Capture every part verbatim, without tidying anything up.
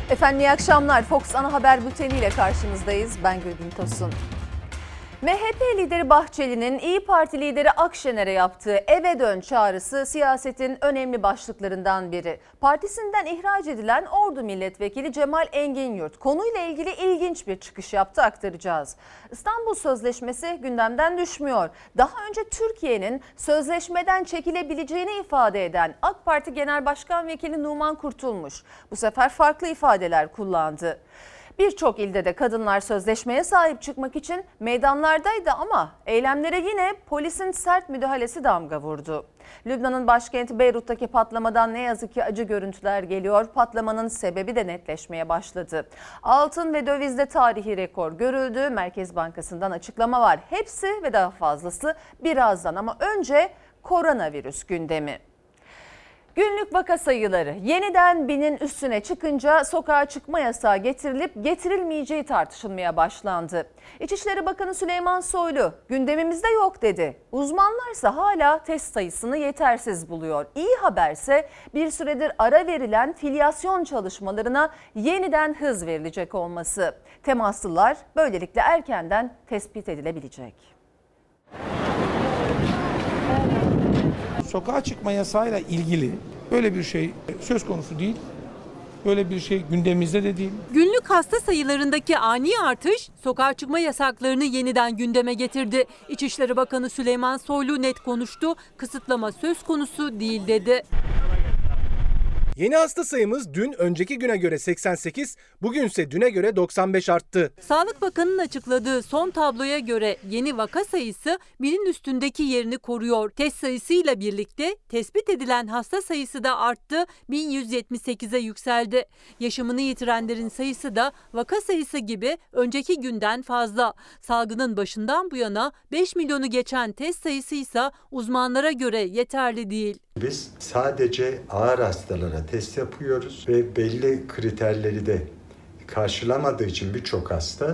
Efendim iyi akşamlar. Fox Ana Haber Bülteni ile karşınızdayız. Ben Gülbin Tosun. M H P lideri Bahçeli'nin İYİ Parti lideri Akşener'e yaptığı eve dön çağrısı siyasetin önemli başlıklarından biri. Partisinden ihraç edilen Ordu Milletvekili Cemal Enginyurt konuyla ilgili ilginç bir çıkış yaptı, aktaracağız. İstanbul Sözleşmesi gündemden düşmüyor. Daha önce Türkiye'nin sözleşmeden çekilebileceğini ifade eden AK Parti Genel Başkan Vekili Numan Kurtulmuş bu sefer farklı ifadeler kullandı. Birçok ilde de kadınlar sözleşmeye sahip çıkmak için meydanlardaydı ama eylemlere yine polisin sert müdahalesi damga vurdu. Lübnan'ın başkenti Beyrut'taki patlamadan ne yazık ki acı görüntüler geliyor. Patlamanın sebebi de netleşmeye başladı. Altın ve dövizde tarihi rekor görüldü. Merkez Bankası'ndan açıklama var. Hepsi ve daha fazlası birazdan, ama önce koronavirüs gündemi. Günlük vaka sayıları yeniden binin üstüne çıkınca sokağa çıkma yasağı getirilip getirilmeyeceği tartışılmaya başlandı. İçişleri Bakanı Süleyman Soylu gündemimizde yok dedi. Uzmanlarsa hala test sayısını yetersiz buluyor. İyi haberse bir süredir ara verilen filyasyon çalışmalarına yeniden hız verilecek olması. Temaslılar böylelikle erkenden tespit edilebilecek. Sokağa çıkma yasağıyla ilgili böyle bir şey söz konusu değil. Böyle bir şey gündemimizde de değil. Günlük hasta sayılarındaki ani artış sokağa çıkma yasaklarını yeniden gündeme getirdi. İçişleri Bakanı Süleyman Soylu net konuştu. Kısıtlama söz konusu değil dedi. Yeni hasta sayımız dün önceki güne göre seksen sekiz, bugünse düne göre doksan beş arttı. Sağlık Bakanı'nın açıkladığı son tabloya göre yeni vaka sayısı binin üstündeki yerini koruyor. Test sayısıyla birlikte tespit edilen hasta sayısı da arttı, bin yüz yetmiş sekize yükseldi. Yaşamını yitirenlerin sayısı da vaka sayısı gibi önceki günden fazla. Salgının başından bu yana beş milyonu geçen test sayısı ise uzmanlara göre yeterli değil. Biz sadece ağır hastalara test yapıyoruz ve belli kriterleri de karşılamadığı için birçok hasta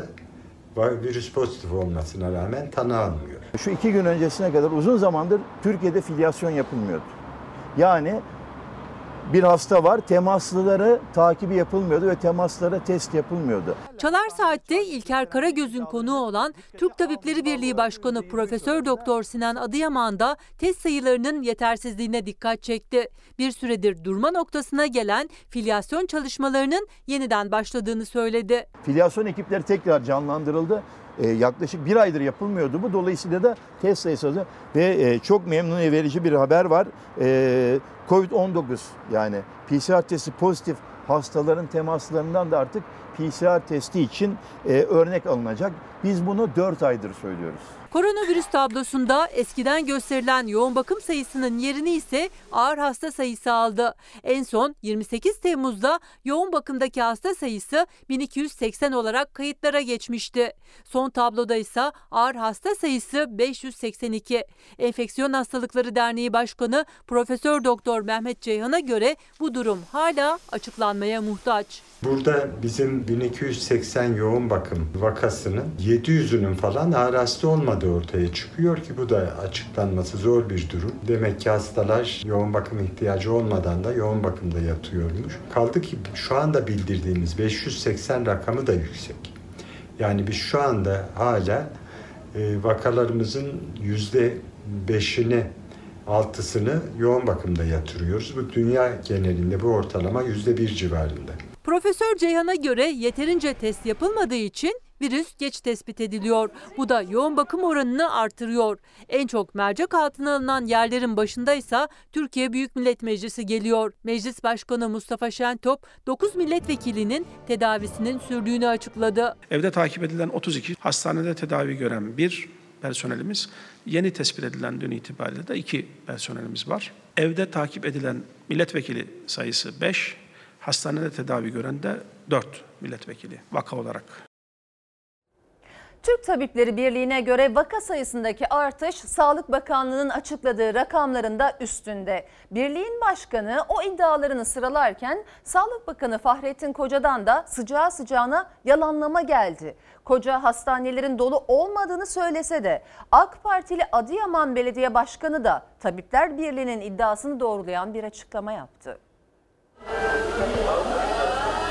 virüs pozitif olmasına rağmen tanı almıyor. Şu iki gün öncesine kadar uzun zamandır Türkiye'de filyasyon yapılmıyordu. Yani bir hasta var, temaslıları takibi yapılmıyordu ve temaslara test yapılmıyordu. Çalar Saat'te İlker Karagöz'ün konuğu olan Türk Tabipleri Birliği Başkanı Profesör Doktor Sinan Adıyaman da test sayılarının yetersizliğine dikkat çekti. Bir süredir durma noktasına gelen filyasyon çalışmalarının yeniden başladığını söyledi. Filyasyon ekipleri tekrar canlandırıldı. Ee, yaklaşık bir aydır yapılmıyordu bu. Dolayısıyla da test sayısı azaldı ve e, çok memnun verici bir haber var. E, Covid on dokuz yani P C R testi pozitif hastaların temaslarından da artık P C R testi için e, örnek alınacak. Biz bunu dört aydır söylüyoruz. Koronavirüs tablosunda eskiden gösterilen yoğun bakım sayısının yerini ise ağır hasta sayısı aldı. En son yirmi sekiz Temmuz'da yoğun bakımdaki hasta sayısı bin iki yüz seksen olarak kayıtlara geçmişti. Son tabloda ise ağır hasta sayısı beş yüz seksen iki. Enfeksiyon Hastalıkları Derneği Başkanı Profesör Doktor Mehmet Ceyhan'a göre bu durum hala açıklanmaya muhtaç. Burada bizim bin iki yüz seksen yoğun bakım vakasının yedi yüzünün falan ağır hasta olmadığı ortaya çıkıyor ki bu da açıklanması zor bir durum. Demek ki hastalar yoğun bakım ihtiyacı olmadan da yoğun bakımda yatıyormuş. Kaldı ki şu anda bildirdiğimiz beş yüz seksen rakamı da yüksek. Yani biz şu anda hala e, vakalarımızın yüzde beşini altısını yoğun bakımda yatırıyoruz. Bu dünya genelinde bu ortalama yüzde bir civarında. Profesör Ceyhan'a göre yeterince test yapılmadığı için virüs geç tespit ediliyor. Bu da yoğun bakım oranını artırıyor. En çok mercek altına alınan yerlerin başında ise Türkiye Büyük Millet Meclisi geliyor. Meclis Başkanı Mustafa Şentop dokuz milletvekilinin tedavisinin sürdüğünü açıkladı. Evde takip edilen otuz iki, hastanede tedavi gören bir personelimiz, yeni tespit edilen dün itibariyle de iki personelimiz var. Evde takip edilen milletvekili sayısı beş, hastanede tedavi gören de dört milletvekili vaka olarak. Türk Tabipleri Birliği'ne göre vaka sayısındaki artış Sağlık Bakanlığı'nın açıkladığı rakamların da üstünde. Birliğin başkanı o iddialarını sıralarken Sağlık Bakanı Fahrettin Koca'dan da sıcağı sıcağına yalanlama geldi. Koca hastanelerin dolu olmadığını söylese de AK Partili Adıyaman Belediye Başkanı da Tabipler Birliği'nin iddiasını doğrulayan bir açıklama yaptı.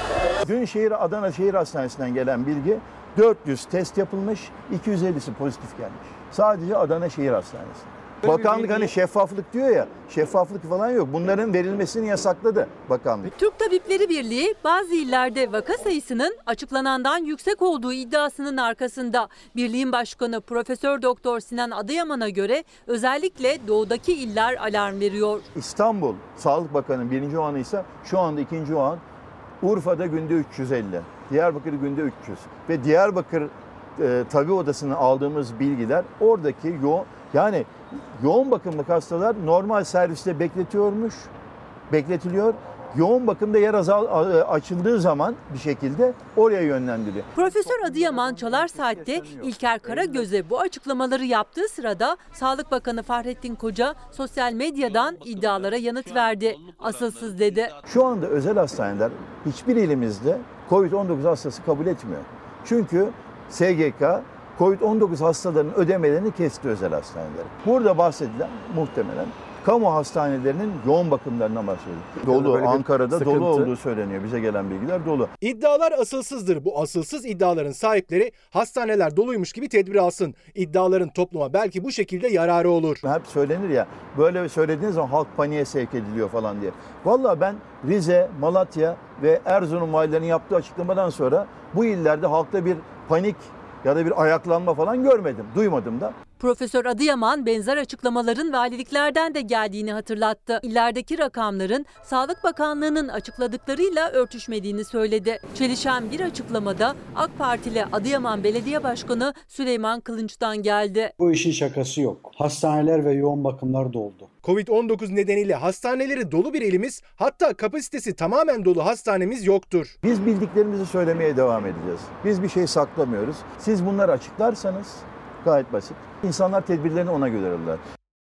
Dün şehir Adana Şehir Hastanesi'nden gelen bilgi dört yüz test yapılmış, iki yüz ellisi pozitif gelmiş. Sadece Adana Şehir Hastanesi. Bakanlık hani şeffaflık diyor ya, şeffaflık falan yok. Bunların verilmesini yasakladı bakanlık. Türk Tabipleri Birliği bazı illerde vaka sayısının açıklanandan yüksek olduğu iddiasının arkasında. Birliğin başkanı Profesör Doktor Sinan Adıyaman'a göre özellikle doğudaki iller alarm veriyor. İstanbul Sağlık Bakanı'nın birinci oğanı ise şu anda ikinci oğan. Urfa'da günde üç yüz elli, Diyarbakır günde üç yüz ve Diyarbakır e, Tabi Odası'ndan aldığımız bilgiler oradaki yoğun yani yoğun bakımlık hastalar normal serviste bekletiyormuş, bekletiliyor. Yoğun bakımda yer azal açıldığı zaman bir şekilde oraya yönlendiriyor. Profesör Adıyaman Çalar Saat'te İlker Karagöz'e bu açıklamaları yaptığı sırada Sağlık Bakanı Fahrettin Koca sosyal medyadan iddialara yanıt verdi. Asılsız dedi. Şu anda özel hastaneler hiçbir ilimizde Covid on dokuz hastası kabul etmiyor. Çünkü S G K Covid on dokuz hastalarının ödemelerini kesti özel hastaneler. Burada bahsedilen muhtemelen kamu hastanelerinin yoğun bakımlarından bahsediyor. Dolu, Ankara'da sıkıntı. Dolu olduğu söyleniyor. Bize gelen bilgiler dolu. İddialar asılsızdır. Bu asılsız iddiaların sahipleri hastaneler doluymuş gibi tedbir alsın. İddiaların topluma belki bu şekilde yararı olur. Hep söylenir ya, böyle söylediğiniz zaman halk paniğe sevk ediliyor falan diye. Vallahi ben Rize, Malatya ve Erzurum valilerinin yaptığı açıklamadan sonra bu illerde halkta bir panik ya da bir ayaklanma falan görmedim, duymadım da. Profesör Adıyaman benzer açıklamaların valiliklerden de geldiğini hatırlattı. İllerdeki rakamların Sağlık Bakanlığı'nın açıkladıklarıyla örtüşmediğini söyledi. Çelişen bir açıklamada AK Partili Adıyaman Belediye Başkanı Süleyman Kılınç'tan geldi. Bu işin şakası yok. Hastaneler ve yoğun bakımlar doldu. Covid on dokuz nedeniyle hastaneleri dolu bir ilimiz, hatta kapasitesi tamamen dolu hastanemiz yoktur. Biz bildiklerimizi söylemeye devam edeceğiz. Biz bir şey saklamıyoruz. Siz bunları açıklarsanız gayet basit. İnsanlar tedbirlerini ona göre alırlar.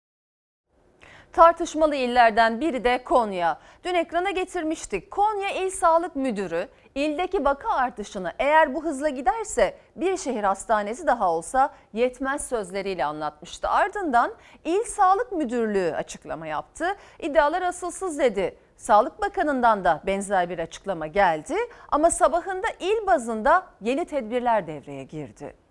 Tartışmalı illerden biri de Konya. Dün ekrana getirmiştik. Konya İl Sağlık Müdürü ildeki vaka artışını eğer bu hızla giderse bir şehir hastanesi daha olsa yetmez sözleriyle anlatmıştı. Ardından İl Sağlık Müdürlüğü açıklama yaptı. İddialar asılsız dedi. Sağlık Bakanı'ndan da benzer bir açıklama geldi ama sabahında il bazında yeni tedbirler devreye girdi.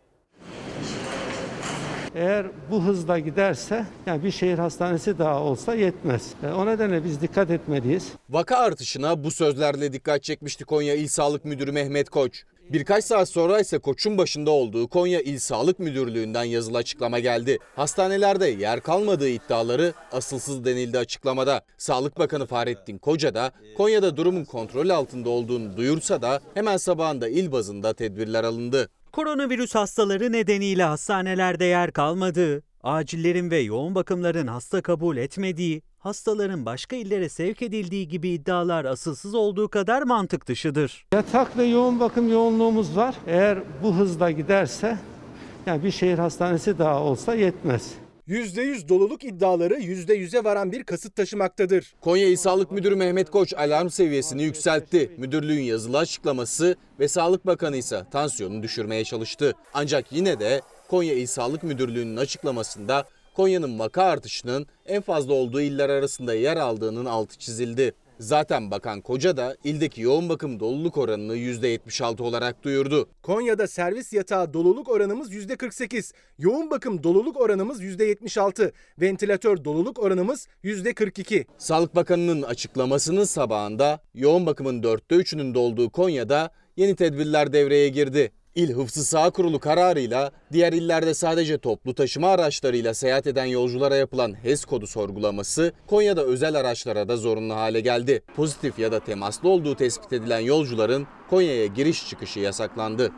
Eğer bu hızla giderse yani bir şehir hastanesi daha olsa yetmez. O nedenle biz dikkat etmeliyiz. Vaka artışına bu sözlerle dikkat çekmişti Konya İl Sağlık Müdürü Mehmet Koç. Birkaç saat sonra ise Koç'un başında olduğu Konya İl Sağlık Müdürlüğü'nden yazılı açıklama geldi. Hastanelerde yer kalmadığı iddiaları asılsız denildi açıklamada. Sağlık Bakanı Fahrettin Koca da Konya'da durumun kontrol altında olduğunu duyursa da hemen sabahında il bazında tedbirler alındı. Koronavirüs hastaları nedeniyle hastanelerde yer kalmadığı, acillerin ve yoğun bakımların hasta kabul etmediği, hastaların başka illere sevk edildiği gibi iddialar asılsız olduğu kadar mantık dışıdır. Yatak ve yoğun bakım yoğunluğumuz var. Eğer bu hızla giderse yani bir şehir hastanesi daha olsa yetmez. yüzde yüz doluluk iddiaları yüzde yüze varan bir kasıt taşımaktadır. Konya İl Sağlık Müdürü Mehmet Koç alarm seviyesini yükseltti. Müdürlüğün yazılı açıklaması ve Sağlık Bakanı ise tansiyonu düşürmeye çalıştı. Ancak yine de Konya İl Sağlık Müdürlüğü'nün açıklamasında Konya'nın vaka artışının en fazla olduğu iller arasında yer aldığının altı çizildi. Zaten Bakan Koca da ildeki yoğun bakım doluluk oranını yüzde yetmiş altı olarak duyurdu. Konya'da servis yatağı doluluk oranımız yüzde kırk sekiz, yoğun bakım doluluk oranımız yüzde yetmiş altı, ventilatör doluluk oranımız yüzde kırk iki. Sağlık Bakanı'nın açıklamasının sabahında yoğun bakımın dörtte üçünün dolduğu Konya'da yeni tedbirler devreye girdi. İl Hıfzı Sağ Kurulu kararıyla diğer illerde sadece toplu taşıma araçlarıyla seyahat eden yolculara yapılan H E S kodu sorgulaması Konya'da özel araçlara da zorunlu hale geldi. Pozitif ya da temaslı olduğu tespit edilen yolcuların Konya'ya giriş çıkışı yasaklandı.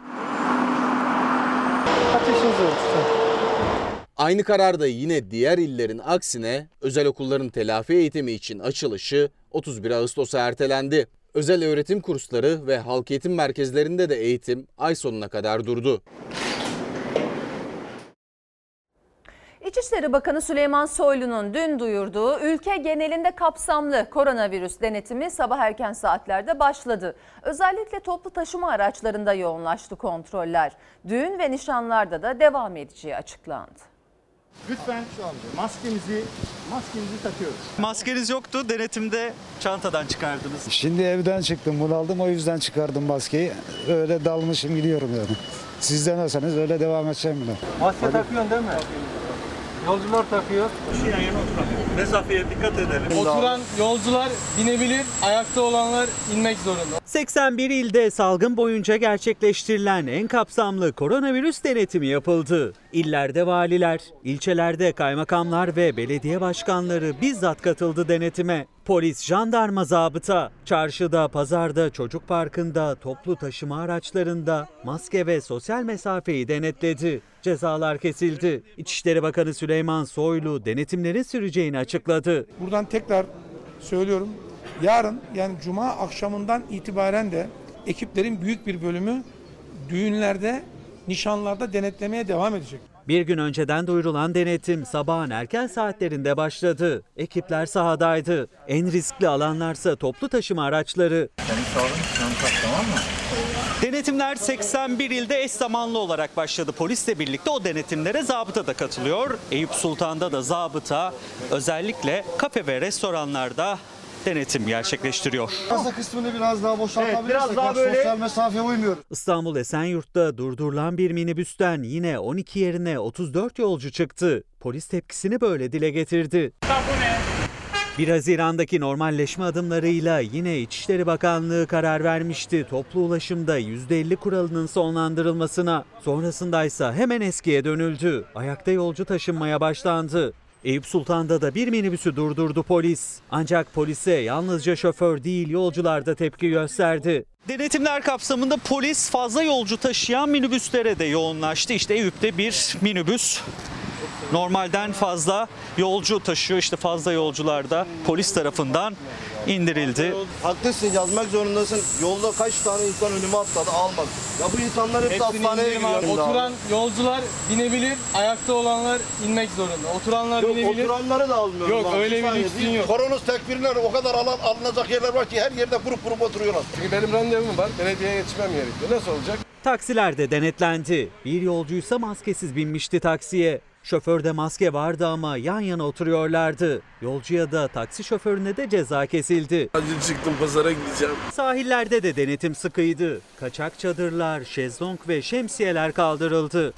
Aynı kararda yine diğer illerin aksine özel okulların telafi eğitimi için açılışı otuz bir Ağustos'a ertelendi. Özel öğretim kursları ve halk eğitim merkezlerinde de eğitim ay sonuna kadar durdu. İçişleri Bakanı Süleyman Soylu'nun dün duyurduğu ülke genelinde kapsamlı koronavirüs denetimi sabah erken saatlerde başladı. Özellikle toplu taşıma araçlarında yoğunlaştı kontroller. Düğün ve nişanlarda da devam edeceği açıklandı. Lütfen şu anda maskemizi maskemizi takıyoruz. Maskeniz yoktu, denetimde çantadan çıkardınız. Şimdi evden çıktım, bunu aldım, o yüzden çıkardım maskeyi. Öyle dalmışım gidiyorum yani. Siz de nasılsınız öyle devam edeceğim buna. Maske takıyorsun değil mi? Yolcular takıyor. Şu yan yana oturalım. Mesafeye dikkat edelim. Oturan yolcular binebilir, ayakta olanlar inmek zorunda. seksen bir ilde salgın boyunca gerçekleştirilen en kapsamlı koronavirüs denetimi yapıldı. İllerde valiler, ilçelerde kaymakamlar ve belediye başkanları bizzat katıldı denetime. Polis, jandarma, zabıta, çarşıda, pazarda, çocuk parkında, toplu taşıma araçlarında maske ve sosyal mesafeyi denetledi. Cezalar kesildi. İçişleri Bakanı Süleyman Soylu denetimlerin süreceğini açıkladı. Buradan tekrar söylüyorum. Yarın yani cuma akşamından itibaren de ekiplerin büyük bir bölümü düğünlerde, nişanlarda denetlemeye devam edecek. Bir gün önceden duyurulan denetim sabahın erken saatlerinde başladı. Ekipler sahadaydı. En riskli alanlarsa toplu taşıma araçları. Denetimler seksen bir ilde eş zamanlı olarak başladı. Polisle birlikte o denetimlere zabıta da katılıyor. Eyüp Sultan'da da zabıta özellikle kafe ve restoranlarda denetim gerçekleştiriyor. Masa kısmını biraz daha boşaltabilirsek, evet, biraz daha böyle sosyal mesafeye uymuyor. İstanbul Esenyurt'ta durdurulan bir minibüsten yine on iki yerine otuz dört yolcu çıktı. Polis tepkisini böyle dile getirdi. bir Haziran'daki normalleşme adımlarıyla yine İçişleri Bakanlığı karar vermişti toplu ulaşımda yüzde elli kuralının sonlandırılmasına. Sonrasındaysa hemen eskiye dönüldü. Ayakta yolcu taşınmaya başlandı. Eyüp Sultan'da da bir minibüsü durdurdu polis. Ancak polise yalnızca şoför değil yolcular da tepki gösterdi. Denetimler kapsamında polis fazla yolcu taşıyan minibüslere de yoğunlaştı. İşte Eyüp'te bir minibüs normalden fazla yolcu taşıyor. İşte fazla yolcular da polis tarafından indirildi. Haklısın, yazmak zorundasın. Yolda kaç tane insan önüme atladı, almadı. Ya bu insanlar hepsi hastaneye gidiyor. Oturan yolcular binebilir, ayakta olanlar inmek zorunda. Oturanlar yok, binebilir. Oturanları da almıyoruz. Yok abi. öyle bir lüksün yok. Koronos tekbirine o kadar alan, alınacak yerler var ki her yerde kurup kurup oturuyorlar. Çünkü benim randevum var, belediyeye yetişmem gerekiyor. Nasıl olacak? Taksiler de denetlendi. Bir yolcuysa maskesiz binmişti taksiye. Şoförde maske vardı ama yan yana oturuyorlardı. Yolcuya da taksi şoförüne de ceza kesildi. Acil çıktım, pazara gideceğim. Sahillerde de denetim sıkıydı. Kaçak çadırlar, şezlong ve şemsiyeler kaldırıldı.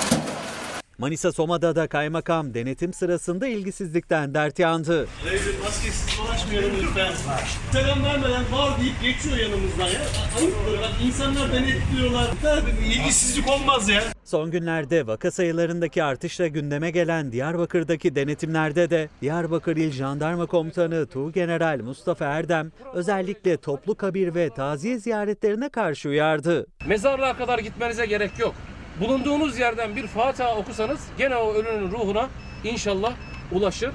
Manisa Soma'da da kaymakam denetim sırasında ilgisizlikten dert yandı. Reis maskesiz dolaşmayalım lütfen. Selam vermeden var deyip geçiyor yanımızdan ya. Ayıptır bak, insanlar denetliyorlar. İlgisizlik olmaz ya. Son günlerde vaka sayılarındaki artışla gündeme gelen Diyarbakır'daki denetimlerde de Diyarbakır İl Jandarma Komutanı Tuğgeneral Mustafa Erdem özellikle toplu kabir ve taziye ziyaretlerine karşı uyardı. Mezarlığa kadar gitmenize gerek yok. Bulunduğunuz yerden bir Fatiha okusanız gene o ölünün ruhuna inşallah ulaşır.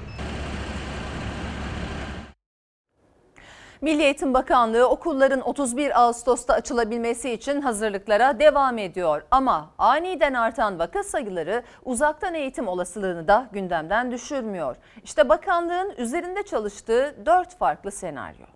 Milli Eğitim Bakanlığı okulların otuz bir Ağustos'ta açılabilmesi için hazırlıklara devam ediyor. Ama aniden artan vaka sayıları uzaktan eğitim olasılığını da gündemden düşürmüyor. İşte bakanlığın üzerinde çalıştığı dört farklı senaryo.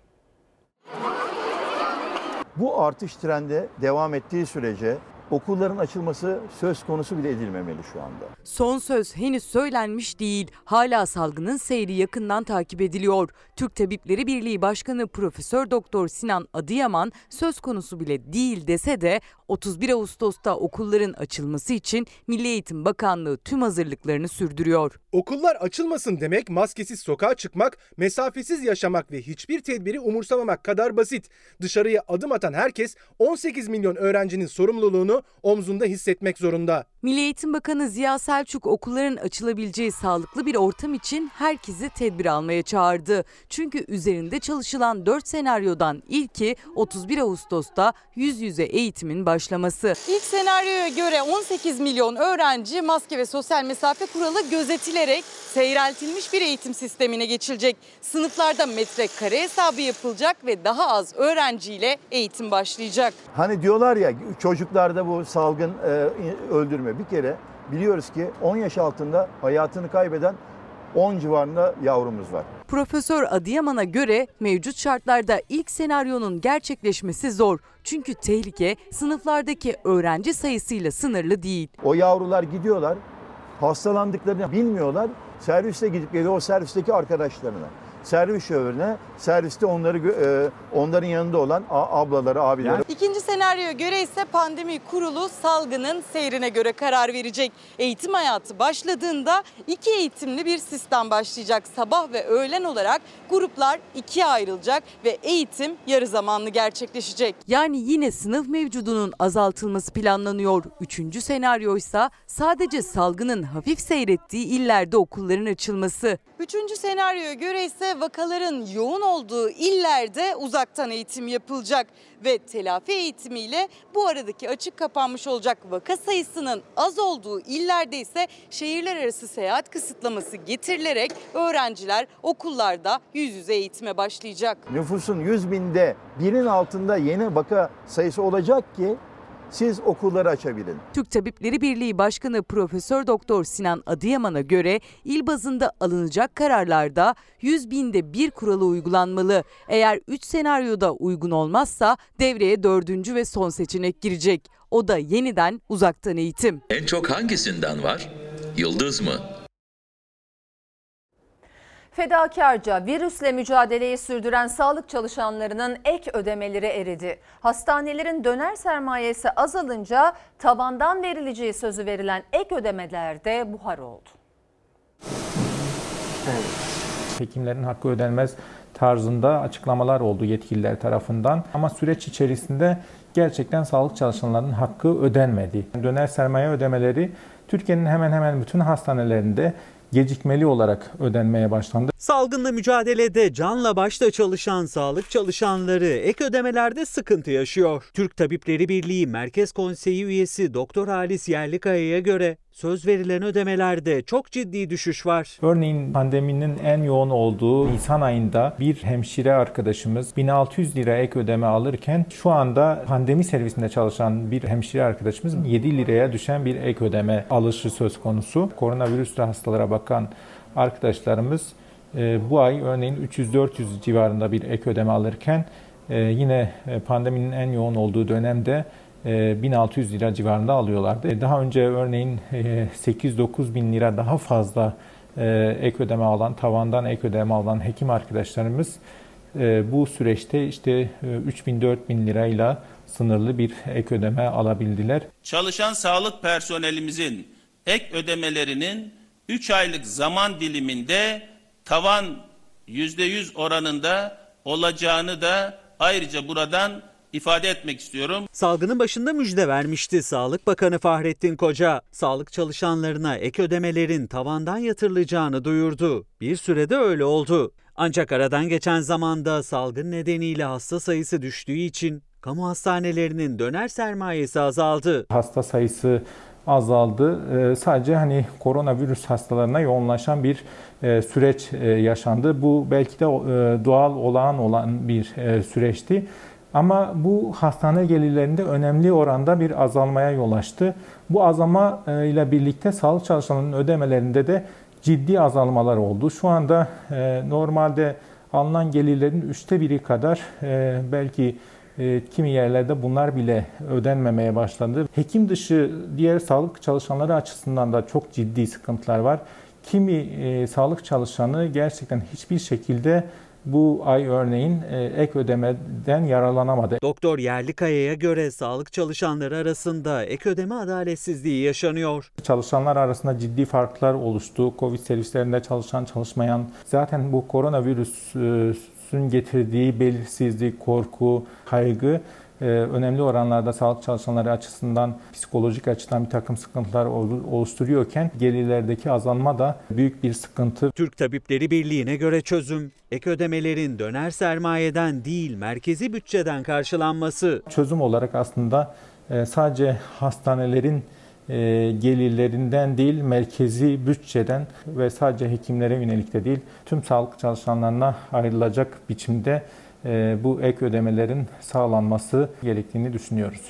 Bu artış trendi devam ettiği sürece okulların açılması söz konusu bile edilmemeli şu anda. Son söz henüz söylenmiş değil. Hala salgının seyri yakından takip ediliyor. Türk Tabipleri Birliği Başkanı Profesör Doktor Sinan Adıyaman söz konusu bile değil dese de otuz bir Ağustos'ta okulların açılması için Milli Eğitim Bakanlığı tüm hazırlıklarını sürdürüyor. Okullar açılmasın demek maskesiz sokağa çıkmak, mesafesiz yaşamak ve hiçbir tedbiri umursamamak kadar basit. Dışarıya adım atan herkes on sekiz milyon öğrencinin sorumluluğunu omzunda hissetmek zorunda. Milli Eğitim Bakanı Ziya Selçuk okulların açılabileceği sağlıklı bir ortam için herkesi tedbir almaya çağırdı. Çünkü üzerinde çalışılan dört senaryodan ilki otuz bir Ağustos'ta yüz yüze eğitimin başlaması. İlk senaryoya göre on sekiz milyon öğrenci maske ve sosyal mesafe kuralı gözetilerek seyreltilmiş bir eğitim sistemine geçilecek. Sınıflarda metrekare hesabı yapılacak ve daha az öğrenciyle eğitim başlayacak. Hani diyorlar ya çocuklarda bu salgın e, öldürme. Bir kere biliyoruz ki on yaş altında hayatını kaybeden on civarında yavrumuz var. Profesör Adıyaman'a göre mevcut şartlarda ilk senaryonun gerçekleşmesi zor. Çünkü tehlike sınıflardaki öğrenci sayısıyla sınırlı değil. O yavrular gidiyorlar, hastalandıklarını bilmiyorlar. Serviste gidip geliyor o servisteki arkadaşlarına. Servis şoförüne, serviste onları e, onların yanında olan ablaları, abileri. İkinci senaryoya göre ise pandemi kurulu salgının seyrine göre karar verecek. Eğitim hayatı başladığında iki eğitimli bir sistem başlayacak. Sabah ve öğlen olarak gruplar ikiye ayrılacak ve eğitim yarı zamanlı gerçekleşecek. Yani yine sınıf mevcudunun azaltılması planlanıyor. Üçüncü senaryoysa sadece salgının hafif seyrettiği illerde okulların açılması. Üçüncü senaryoya göre ise vakaların yoğun olduğu illerde uzaktan eğitim yapılacak ve telafi eğitimiyle bu aradaki açık kapanmış olacak. Vaka sayısının az olduğu illerde ise şehirler arası seyahat kısıtlaması getirilerek öğrenciler okullarda yüz yüze eğitime başlayacak. Nüfusun yüz binde birin altında yeni vaka sayısı olacak ki siz okulları açabilin. Türk Tabipleri Birliği Başkanı Profesör Doktor Sinan Adıyaman'a göre il bazında alınacak kararlarda yüz binde bir kuralı uygulanmalı. Eğer üç senaryoda uygun olmazsa devreye dördüncü ve son seçenek girecek. O da yeniden uzaktan eğitim. En çok hangisinden var? Yıldız mı? Fedakarca virüsle mücadeleyi sürdüren sağlık çalışanlarının ek ödemeleri eridi. Hastanelerin döner sermayesi azalınca tavandan verileceği sözü verilen ek ödemeler de buhar oldu. Hekimlerin hakkı ödenmez tarzında açıklamalar oldu yetkililer tarafından. Ama süreç içerisinde gerçekten sağlık çalışanlarının hakkı ödenmedi. Döner sermaye ödemeleri Türkiye'nin hemen hemen bütün hastanelerinde gecikmeli olarak ödenmeye başlandı. Salgınla mücadelede canla başla çalışan sağlık çalışanları ek ödemelerde sıkıntı yaşıyor. Türk Tabipleri Birliği Merkez Konseyi üyesi Doktor Halis Yerlikaya'ya göre söz verilen ödemelerde çok ciddi düşüş var. Örneğin pandeminin en yoğun olduğu Nisan ayında bir hemşire arkadaşımız bin altı yüz lira ek ödeme alırken şu anda pandemi servisinde çalışan bir hemşire arkadaşımız yedi liraya düşen bir ek ödeme alışı söz konusu. Koronavirüsle hastalara bakan arkadaşlarımız bu ay örneğin üç yüz dört yüz civarında bir ek ödeme alırken yine pandeminin en yoğun olduğu dönemde bin altı yüz lira civarında alıyorlardı. Daha önce örneğin sekiz dokuz bin lira daha fazla ek ödeme alan, tavandan ek ödeme alan hekim arkadaşlarımız bu süreçte işte üç bin dört bin lirayla sınırlı bir ek ödeme alabildiler. Çalışan sağlık personelimizin ek ödemelerinin üç aylık zaman diliminde tavan yüzde yüz oranında olacağını da ayrıca buradan ifade etmek istiyorum. Salgının başında müjde vermişti Sağlık Bakanı Fahrettin Koca. Sağlık çalışanlarına ek ödemelerin tavandan yatırılacağını duyurdu. Bir sürede öyle oldu. Ancak aradan geçen zamanda salgın nedeniyle hasta sayısı düştüğü için kamu hastanelerinin döner sermayesi azaldı. Hasta sayısı azaldı. Ee, sadece hani koronavirüs hastalarına yoğunlaşan bir e, süreç e, yaşandı. Bu belki de e, doğal olağan olan bir e, süreçti. Ama bu hastane gelirlerinde önemli oranda bir azalmaya yol açtı. Bu azalma ile birlikte sağlık çalışanlarının ödemelerinde de ciddi azalmalar oldu. Şu anda e, normalde alınan gelirlerin üçte biri kadar e, belki e, kimi yerlerde bunlar bile ödenmemeye başlandı. Hekim dışı diğer sağlık çalışanları açısından da çok ciddi sıkıntılar var. Kimi e, sağlık çalışanı gerçekten hiçbir şekilde bu ay örneğin ek ödemeden yararlanamadı. Doktor Yerlikaya'ya göre sağlık çalışanları arasında ek ödeme adaletsizliği yaşanıyor. Çalışanlar arasında ciddi farklar oluştu. Covid servislerinde çalışan, çalışmayan, zaten bu koronavirüsün getirdiği belirsizlik, korku, kaygı önemli oranlarda sağlık çalışanları açısından psikolojik açıdan bir takım sıkıntılar oluşturuyorken gelirlerdeki azalma da büyük bir sıkıntı. Türk Tabipleri Birliği'ne göre çözüm ek ödemelerin döner sermayeden değil merkezi bütçeden karşılanması. Çözüm olarak aslında sadece hastanelerin gelirlerinden değil merkezi bütçeden ve sadece hekimlere yönelik de değil tüm sağlık çalışanlarına ayrılacak biçimde bu ek ödemelerin sağlanması gerektiğini düşünüyoruz.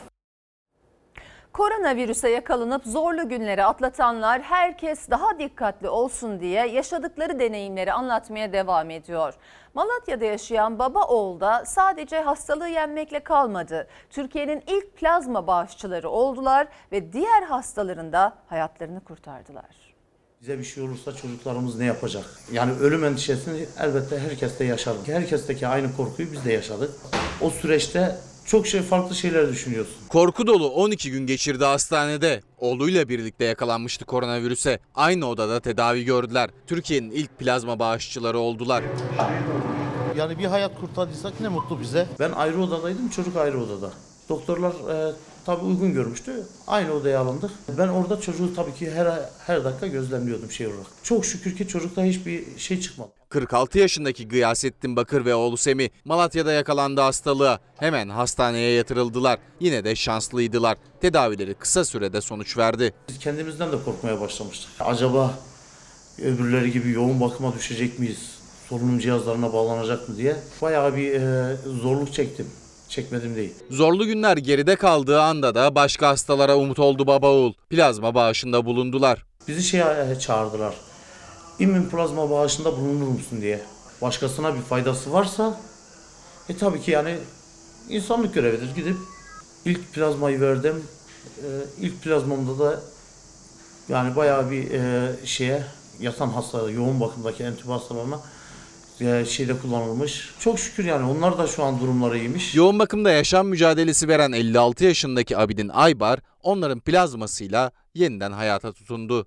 Koronavirüse yakalanıp zorlu günleri atlatanlar herkes daha dikkatli olsun diye yaşadıkları deneyimleri anlatmaya devam ediyor. Malatya'da yaşayan baba oğul da sadece hastalığı yenmekle kalmadı. Türkiye'nin ilk plazma bağışçıları oldular ve diğer hastaların da hayatlarını kurtardılar. Bize bir şey olursa çocuklarımız ne yapacak? Yani ölüm endişesini elbette herkes de yaşadı. Herkesteki aynı korkuyu biz de yaşadık. O süreçte çok şey farklı şeyler düşünüyorsun. Korku dolu on iki gün geçirdi hastanede. Oğluyla birlikte yakalanmıştı koronavirüse. Aynı odada tedavi gördüler. Türkiye'nin ilk plazma bağışçıları oldular. Yani bir hayat kurtardıysak ne mutlu bize. Ben ayrı odadaydım, çocuk ayrı odada. Doktorlar e, tabii uygun görmüştü. Aynı odaya alındık. Ben orada çocuğu tabii ki her her dakika gözlemliyordum şey olarak. Çok şükür ki çocukta hiçbir şey çıkmadı. kırk altı yaşındaki Gıyasettin Bakır ve oğlu Semih Malatya'da yakalandı hastalığa. Hemen hastaneye yatırıldılar. Yine de şanslıydılar. Tedavileri kısa sürede sonuç verdi. Biz kendimizden de korkmaya başlamıştık. Acaba öbürleri gibi yoğun bakıma düşecek miyiz? Solunum cihazlarına bağlanacak mı diye. Bayağı bir e, zorluk çektim. Çekmedim değil. Zorlu günler geride kaldığı anda da başka hastalara umut oldu baba oğul. Plazma bağışında bulundular. Bizi şeye çağırdılar. İmmün plazma bağışında bulunur musun diye. Başkasına bir faydası varsa e tabii ki yani insanlık görevidir. Gidip ilk plazmayı verdim. E, ilk plazmamda da yani bayağı bir e, şeye yatan hastalara, yoğun bakımdaki entübe hastalarına şeyde kullanılmış. Çok şükür yani onlar da şu an durumları iyiymiş. Yoğun bakımda yaşam mücadelesi veren elli altı yaşındaki Abidin Aybar onların plazmasıyla yeniden hayata tutundu.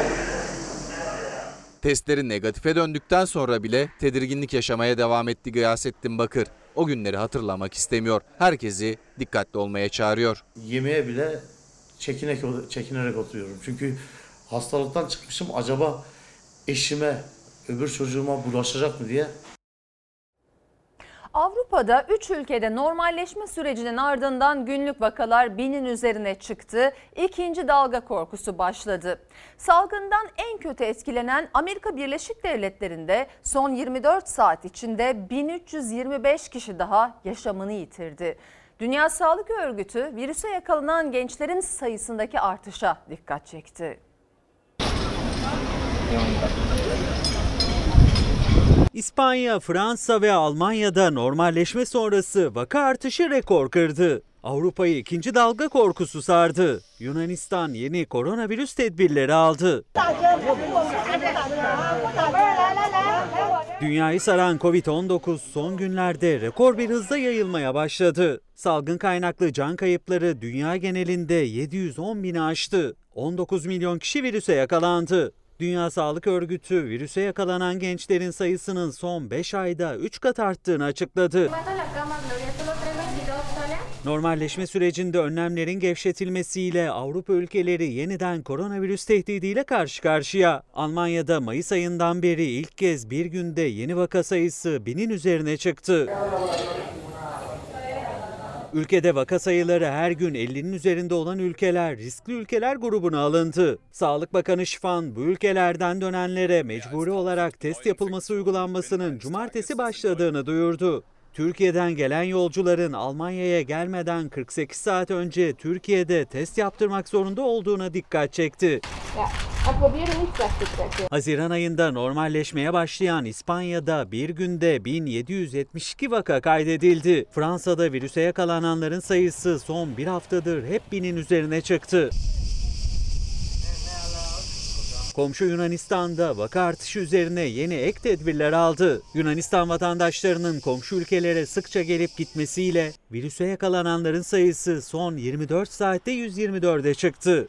Testleri negatife döndükten sonra bile tedirginlik yaşamaya devam etti Gıyasettin Bakır. O günleri hatırlamak istemiyor. Herkesi dikkatli olmaya çağırıyor. Yemeğe bile çekinerek, çekinerek oturuyorum. Çünkü hastalıktan çıkmışım, acaba eşime, öbür çocuğuma bulaşacak mı diye. Avrupa'da üç ülkede normalleşme sürecinin ardından günlük vakalar binin üzerine çıktı. İkinci dalga korkusu başladı. Salgından en kötü etkilenen Amerika Birleşik Devletleri'nde son yirmi dört saat içinde bin üç yüz yirmi beş kişi daha yaşamını yitirdi. Dünya Sağlık Örgütü virüse yakalanan gençlerin sayısındaki artışa dikkat çekti. İspanya, Fransa ve Almanya'da normalleşme sonrası vaka artışı rekor kırdı. Avrupa'yı ikinci dalga korkusu sardı. Yunanistan yeni koronavirüs tedbirleri aldı. Dünyayı saran kovid on dokuz son günlerde rekor bir hızla yayılmaya başladı. Salgın kaynaklı can kayıpları dünya genelinde yedi yüz on bini aştı. on dokuz milyon kişi virüse yakalandı. Dünya Sağlık Örgütü virüse yakalanan gençlerin sayısının son beş ayda üç kat arttığını açıkladı. Normalleşme sürecinde önlemlerin gevşetilmesiyle Avrupa ülkeleri yeniden koronavirüs tehdidiyle karşı karşıya. Almanya'da Mayıs ayından beri ilk kez bir günde yeni vaka sayısı binin üzerine çıktı. Ülkede vaka sayıları her gün ellinin üzerinde olan ülkeler riskli ülkeler grubuna alındı. Sağlık Bakanı Şifan bu ülkelerden dönenlere mecburi olarak test yapılması uygulanmasının cumartesi başladığını duyurdu. Türkiye'den gelen yolcuların Almanya'ya gelmeden kırk sekiz saat önce Türkiye'de test yaptırmak zorunda olduğuna dikkat çekti. Haziran ayında normalleşmeye başlayan İspanya'da bir günde bin yedi yüz yetmiş iki vaka kaydedildi. Fransa'da virüse yakalananların sayısı son bir haftadır hep binin üzerine çıktı. Komşu Yunanistan'da vaka artışı üzerine yeni ek tedbirler aldı. Yunanistan vatandaşlarının komşu ülkelere sıkça gelip gitmesiyle virüse yakalananların sayısı son yirmi dört saatte yüz yirmi dörde çıktı.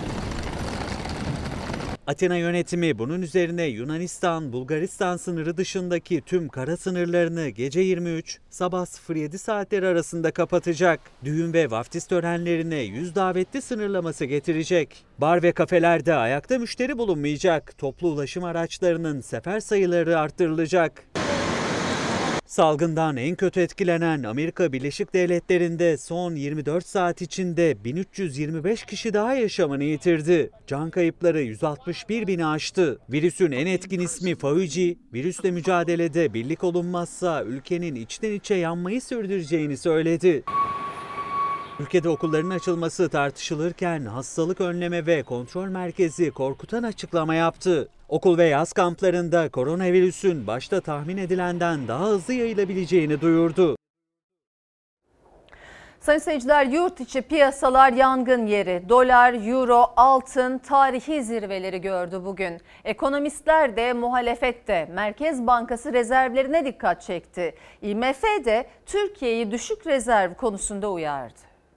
Atina yönetimi bunun üzerine Yunanistan-Bulgaristan sınırı dışındaki tüm kara sınırlarını gece yirmi üç, sabah sıfır yedi saatleri arasında kapatacak. Düğün ve vaftiz törenlerine yüz davetli sınırlaması getirecek. Bar ve kafelerde ayakta müşteri bulunmayacak. Toplu ulaşım araçlarının sefer sayıları arttırılacak. Salgından en kötü etkilenen Amerika Birleşik Devletleri'nde son yirmi dört saat içinde bin üç yüz yirmi beş kişi daha yaşamını yitirdi. Can kayıpları yüz altmış bir bini aştı. Virüsün en etkin ismi Fauci, virüsle mücadelede birlik olunmazsa ülkenin içten içe yanmayı sürdüreceğini söyledi. Ülkede okulların açılması tartışılırken Hastalık Önleme ve Kontrol Merkezi korkutan açıklama yaptı. Okul ve yaz kamplarında koronavirüsün başta tahmin edilenden daha hızlı yayılabileceğini duyurdu. Sayın seyirciler, yurt içi piyasalar yangın yeri. Dolar, euro, altın tarihi zirveleri gördü bugün. Ekonomistler de muhalefet de Merkez Bankası rezervlerine dikkat çekti. I M F de Türkiye'yi düşük rezerv konusunda uyardı.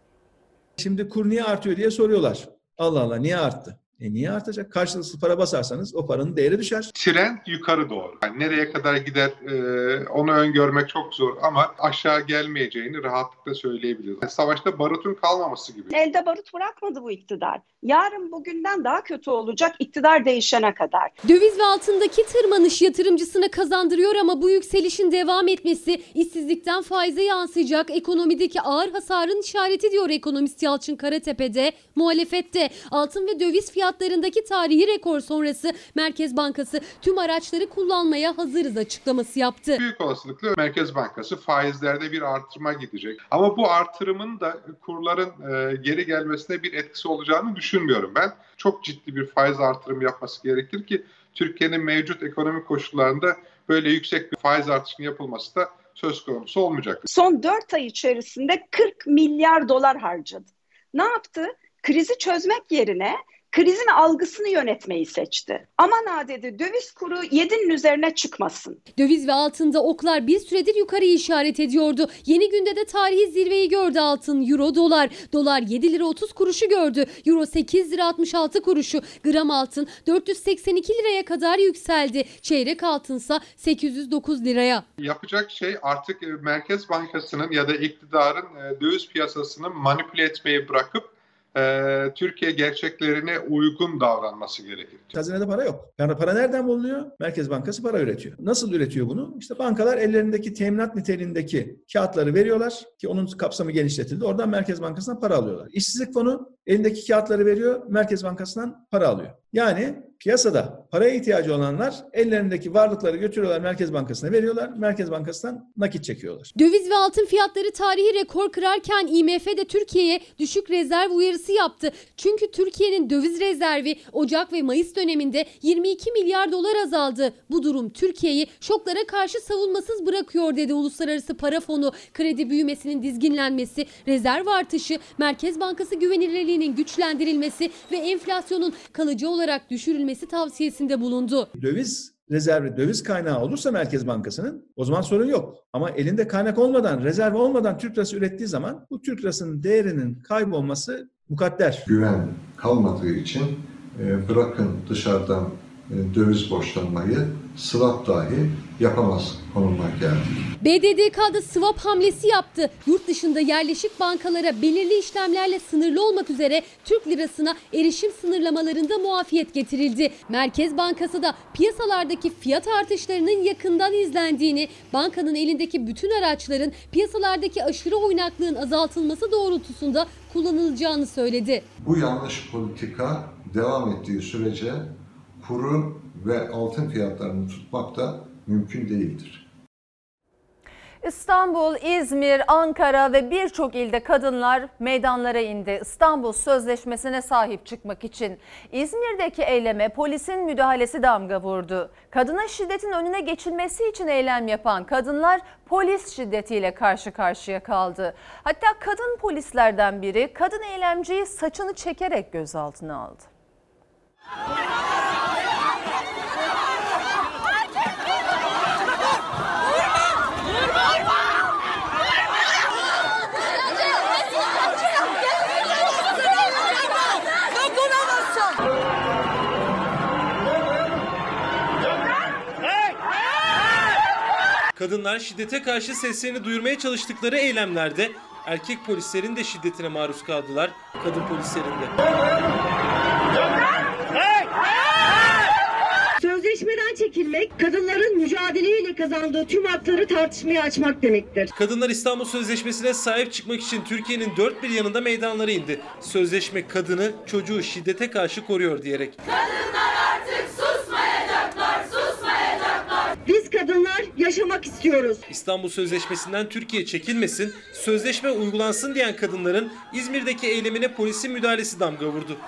Şimdi kur niye artıyor diye soruyorlar. Allah Allah, niye arttı? E niye artacak? Karşılıksız para basarsanız o paranın değeri düşer. Trend yukarı doğru. Yani nereye kadar gider e, onu öngörmek çok zor ama aşağı gelmeyeceğini rahatlıkla söyleyebiliriz. Yani savaşta barutun kalmaması gibi. Elde barut bırakmadı bu iktidar. Yarın bugünden daha kötü olacak iktidar değişene kadar. Döviz ve altındaki tırmanış yatırımcısına kazandırıyor ama bu yükselişin devam etmesi işsizlikten faize yansıyacak ekonomideki ağır hasarın işareti diyor ekonomist Yalçın Karatepe'de. Muhalefette altın ve döviz fiyatlarındaki tarihi rekor sonrası Merkez Bankası tüm araçları kullanmaya hazırız açıklaması yaptı. Büyük olasılıkla Merkez Bankası faizlerde bir artırıma gidecek. Ama bu artırımın da kurların e, geri gelmesine bir etkisi olacağını düşünmüyorum ben. Çok ciddi bir faiz artırımı yapması gerekir ki Türkiye'nin mevcut ekonomik koşullarında böyle yüksek bir faiz artışının yapılması da söz konusu olmayacaktır. Son dört ay içerisinde kırk milyar dolar harcadı. Ne yaptı? Krizi çözmek yerine krizin algısını yönetmeyi seçti. Aman ha dedi, döviz kuru yedinin üzerine çıkmasın. Döviz ve altında oklar bir süredir yukarıya işaret ediyordu. Yeni günde de tarihi zirveyi gördü altın, euro, dolar. Dolar yedi lira otuz kuruşu gördü. Euro sekiz lira altmış altı kuruşu. Gram altın dört yüz seksen iki liraya kadar yükseldi. Çeyrek altınsa sekiz yüz dokuz liraya. Yapacak şey artık Merkez Bankası'nın ya da iktidarın döviz piyasasını manipüle etmeyi bırakıp Ee, Türkiye gerçeklerine uygun davranması gerekir. Hazinede para yok. Yani para nereden bulunuyor? Merkez Bankası para üretiyor. Nasıl üretiyor bunu? İşte bankalar ellerindeki teminat niteliğindeki kağıtları veriyorlar ki onun kapsamı genişletildi. Oradan Merkez Bankası'ndan para alıyorlar. İşsizlik fonu elindeki kağıtları veriyor, Merkez Bankası'ndan para alıyor. Yani piyasada paraya ihtiyacı olanlar ellerindeki varlıkları götürüyorlar, Merkez Bankası'na veriyorlar. Merkez Bankası'ndan nakit çekiyorlar. Döviz ve altın fiyatları tarihi rekor kırarken I M F de Türkiye'ye düşük rezerv uyarısı yaptı. Çünkü Türkiye'nin döviz rezervi Ocak ve Mayıs döneminde yirmi iki milyar dolar azaldı. Bu durum Türkiye'yi şoklara karşı savunmasız bırakıyor dedi Uluslararası Para Fonu. Kredi büyümesinin dizginlenmesi, rezerv artışı, Merkez Bankası güvenilirliğinin güçlendirilmesi ve enflasyonun kalıcı olarak düşürülmesi tavsiyesinde bulundu. Döviz rezervi, döviz kaynağı olursa Merkez Bankası'nın o zaman sorun yok. Ama elinde kaynak olmadan, rezerv olmadan Türk lirası ürettiği zaman bu Türk lirasının değerinin kaybolması mukadder. Güven kalmadığı için e, bırakın dışarıdan e, döviz borçlanmayı, swap dahi yapamaz konuma geldik. B D D K'da swap hamlesi yaptı. Yurt dışında yerleşik bankalara belirli işlemlerle sınırlı olmak üzere Türk lirasına erişim sınırlamalarında muafiyet getirildi. Merkez Bankası da piyasalardaki fiyat artışlarının yakından izlendiğini, bankanın elindeki bütün araçların piyasalardaki aşırı oynaklığın azaltılması doğrultusunda kullanılacağını söyledi. Bu yanlış politika devam ettiği sürece kuru ve altın fiyatlarını tutmak da mümkün değildir. İstanbul, İzmir, Ankara ve birçok ilde kadınlar meydanlara indi. İstanbul Sözleşmesi'ne sahip çıkmak için. İzmir'deki eyleme polisin müdahalesi damga vurdu. Kadına şiddetin önüne geçilmesi için eylem yapan kadınlar polis şiddetiyle karşı karşıya kaldı. Hatta kadın polislerden biri kadın eylemciyi saçını çekerek gözaltına aldı. Kadınlar şiddete karşı seslerini duyurmaya çalıştıkları eylemlerde erkek polislerin de şiddetine maruz kaldılar, kadın polislerin de. Sözleşmeden çekilmek, kadınların mücadeleyle kazandığı tüm hakları tartışmaya açmak demektir. Kadınlar İstanbul Sözleşmesi'ne sahip çıkmak için Türkiye'nin dört bir yanında meydanlara indi. Sözleşme kadını, çocuğu şiddete karşı koruyor diyerek. Kadınlar artık susmayacaklar, susmayacaklar. Biz kadınlar yaşamak istiyoruz. İstanbul Sözleşmesi'nden Türkiye çekilmesin, sözleşme uygulansın diyen kadınların İzmir'deki eylemine polisin müdahalesi damga vurdu.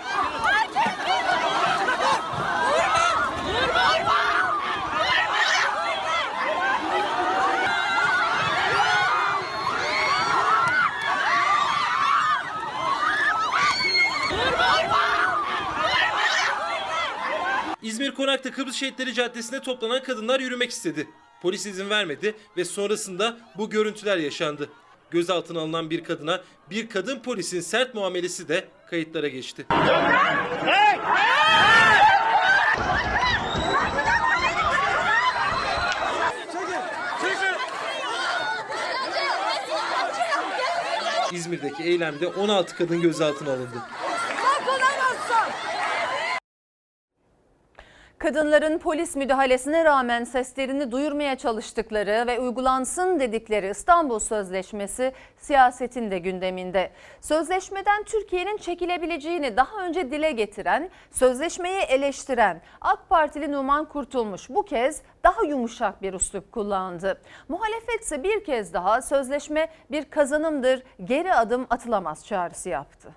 İzmir Konak'ta Kıbrıs Şehitleri Caddesi'nde toplanan kadınlar yürümek istedi. Polis izin vermedi ve sonrasında bu görüntüler yaşandı. Gözaltına alınan bir kadına bir kadın polisin sert muamelesi de kayıtlara geçti. İzmir'deki eylemde on altı kadın gözaltına alındı. Kadınların polis müdahalesine rağmen seslerini duyurmaya çalıştıkları ve uygulansın dedikleri İstanbul Sözleşmesi siyasetin de gündeminde. Sözleşmeden Türkiye'nin çekilebileceğini daha önce dile getiren, sözleşmeyi eleştiren AK Partili Numan Kurtulmuş bu kez daha yumuşak bir üslup kullandı. Muhalefet ise bir kez daha sözleşme bir kazanımdır, geri adım atılamaz çağrısı yaptı.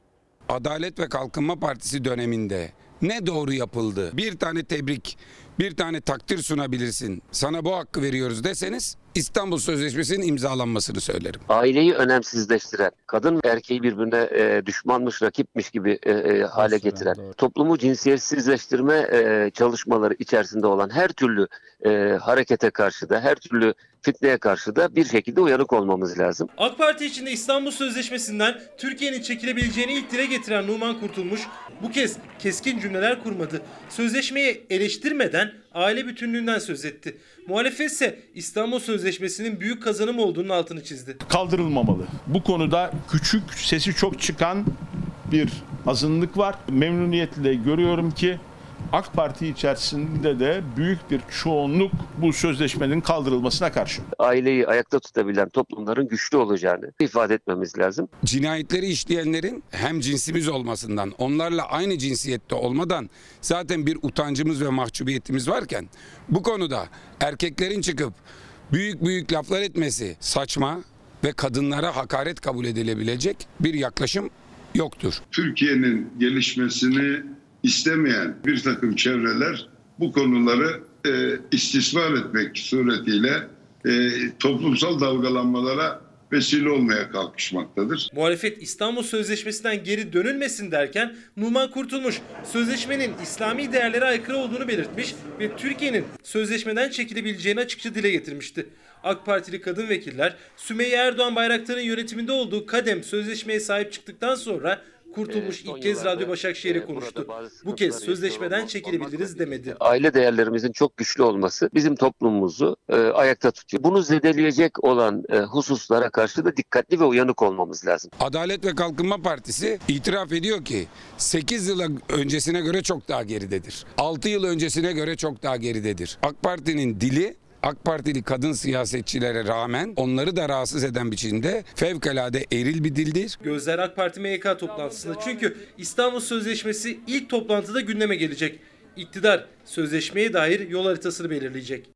Adalet ve Kalkınma Partisi döneminde ne doğru yapıldı? Bir tane tebrik, bir tane takdir sunabilirsin. Sana bu hakkı veriyoruz deseniz İstanbul Sözleşmesi'nin imzalanmasını söylerim. Aileyi önemsizleştiren, kadın ve erkeği birbirine e, düşmanmış, rakipmiş gibi e, e, hale getiren, doğru. Toplumu cinsiyetsizleştirme e, çalışmaları içerisinde olan her türlü e, harekete karşı da, her türlü fitneye karşı da bir şekilde uyanık olmamız lazım. AK Parti içinde İstanbul Sözleşmesi'nden Türkiye'nin çekilebileceğini ilk dile getiren Numan Kurtulmuş bu kez keskin cümleler kurmadı. Sözleşmeyi eleştirmeden aile bütünlüğünden söz etti. Muhalefet ise İstanbul Sözleşmesi'nin büyük kazanım olduğunun altını çizdi. Kaldırılmamalı. Bu konuda küçük, sesi çok çıkan bir azınlık var. Memnuniyetle görüyorum ki AK Parti içerisinde de büyük bir çoğunluk bu sözleşmenin kaldırılmasına karşı. Aileyi ayakta tutabilen toplumların güçlü olacağını ifade etmemiz lazım. Cinayetleri işleyenlerin hem cinsimiz olmasından, onlarla aynı cinsiyette olmadan zaten bir utancımız ve mahcubiyetimiz varken bu konuda erkeklerin çıkıp büyük büyük laflar etmesi saçma ve kadınlara hakaret kabul edilebilecek bir yaklaşım yoktur. Türkiye'nin gelişmesini istemeyen bir takım çevreler bu konuları e, istismar etmek suretiyle e, toplumsal dalgalanmalara vesile olmaya kalkışmaktadır. Muhalefet İstanbul Sözleşmesi'nden geri dönülmesin derken Numan Kurtulmuş sözleşmenin İslami değerlere aykırı olduğunu belirtmiş ve Türkiye'nin sözleşmeden çekilebileceğini açıkça dile getirmişti. AK Partili kadın vekiller Sümeyye Erdoğan Bayraktar'ın yönetiminde olduğu KADEM sözleşmeye sahip çıktıktan sonra Kurtulmuş ilk kez Radyo Başakşehir'e konuştu. Bu kez sözleşmeden çekilebiliriz demedi. Aile değerlerimizin çok güçlü olması bizim toplumumuzu e, ayakta tutuyor. Bunu zedeleyecek olan e, hususlara karşı da dikkatli ve uyanık olmamız lazım. Adalet ve Kalkınma Partisi itiraf ediyor ki sekiz yıl öncesine göre çok daha geridedir. altı yıl öncesine göre çok daha geridedir. AK Parti'nin dili AK Partili kadın siyasetçilere rağmen onları da rahatsız eden biçimde fevkalade eril bir dildir. Gözler AK Parti M Y K toplantısında çünkü İstanbul Sözleşmesi ilk toplantıda gündeme gelecek. İktidar sözleşmeye dair yol haritasını belirleyecek.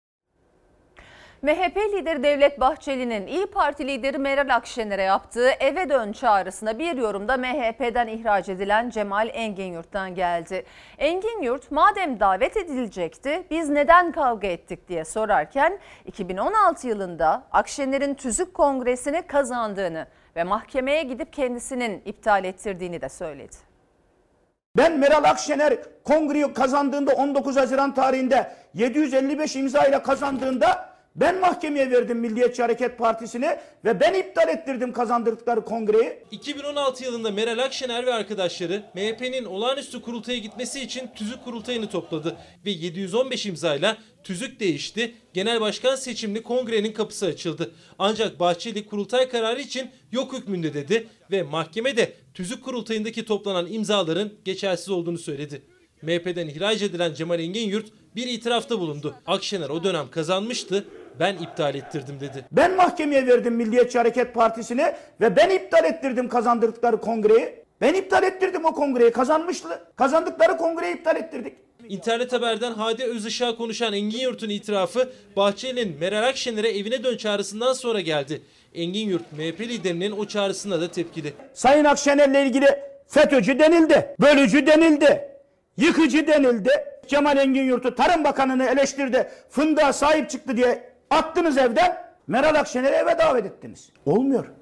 M H P lideri Devlet Bahçeli'nin İYİ Parti lideri Meral Akşener'e yaptığı eve dön çağrısına bir yorumda M H P'den ihraç edilen Cemal Enginyurt'tan geldi. Enginyurt madem davet edilecekti biz neden kavga ettik diye sorarken iki bin on altı yılında Akşener'in Tüzük Kongresi'ni kazandığını ve mahkemeye gidip kendisinin iptal ettirdiğini de söyledi. Ben Meral Akşener kongreyi kazandığında on dokuz Haziran tarihinde yedi yüz elli beş imza ile kazandığında ben mahkemeye verdim Milliyetçi Hareket Partisi'ni ve ben iptal ettirdim kazandırdıkları kongreyi. iki bin on altı yılında Meral Akşener ve arkadaşları M H P'nin olağanüstü kurultaya gitmesi için Tüzük Kurultayı'nı topladı ve yedi yüz on beş imzayla Tüzük değişti. Genel başkan seçimli kongrenin kapısı açıldı. Ancak Bahçeli kurultay kararı için yok hükmünde dedi ve mahkemede Tüzük Kurultayı'ndaki toplanan imzaların geçersiz olduğunu söyledi. M H P'den ihraç edilen Cemal Enginyurt bir itirafta bulundu. Akşener o dönem kazanmıştı, ben iptal ettirdim dedi. Ben mahkemeye verdim Milliyetçi Hareket Partisi'ni ve ben iptal ettirdim kazandırdıkları kongreyi. Ben iptal ettirdim o kongreyi, kazanmıştı. Kazandıkları kongreyi iptal ettirdik. İnternet Haber'den Hadi Özışık'a konuşan Enginyurt'un itirafı Bahçeli'nin Meral Akşener'e evine dön çağrısından sonra geldi. Enginyurt M H P liderinin o çağrısına da tepkili. Sayın Akşener'le ilgili FETÖ'cü denildi, bölücü denildi, yıkıcı denildi. Cemal Enginyurt'u Tarım Bakanı'nı eleştirdi, fındığa sahip çıktı diye attınız evden. Meral Akşener'i eve davet ettiniz. Olmuyor.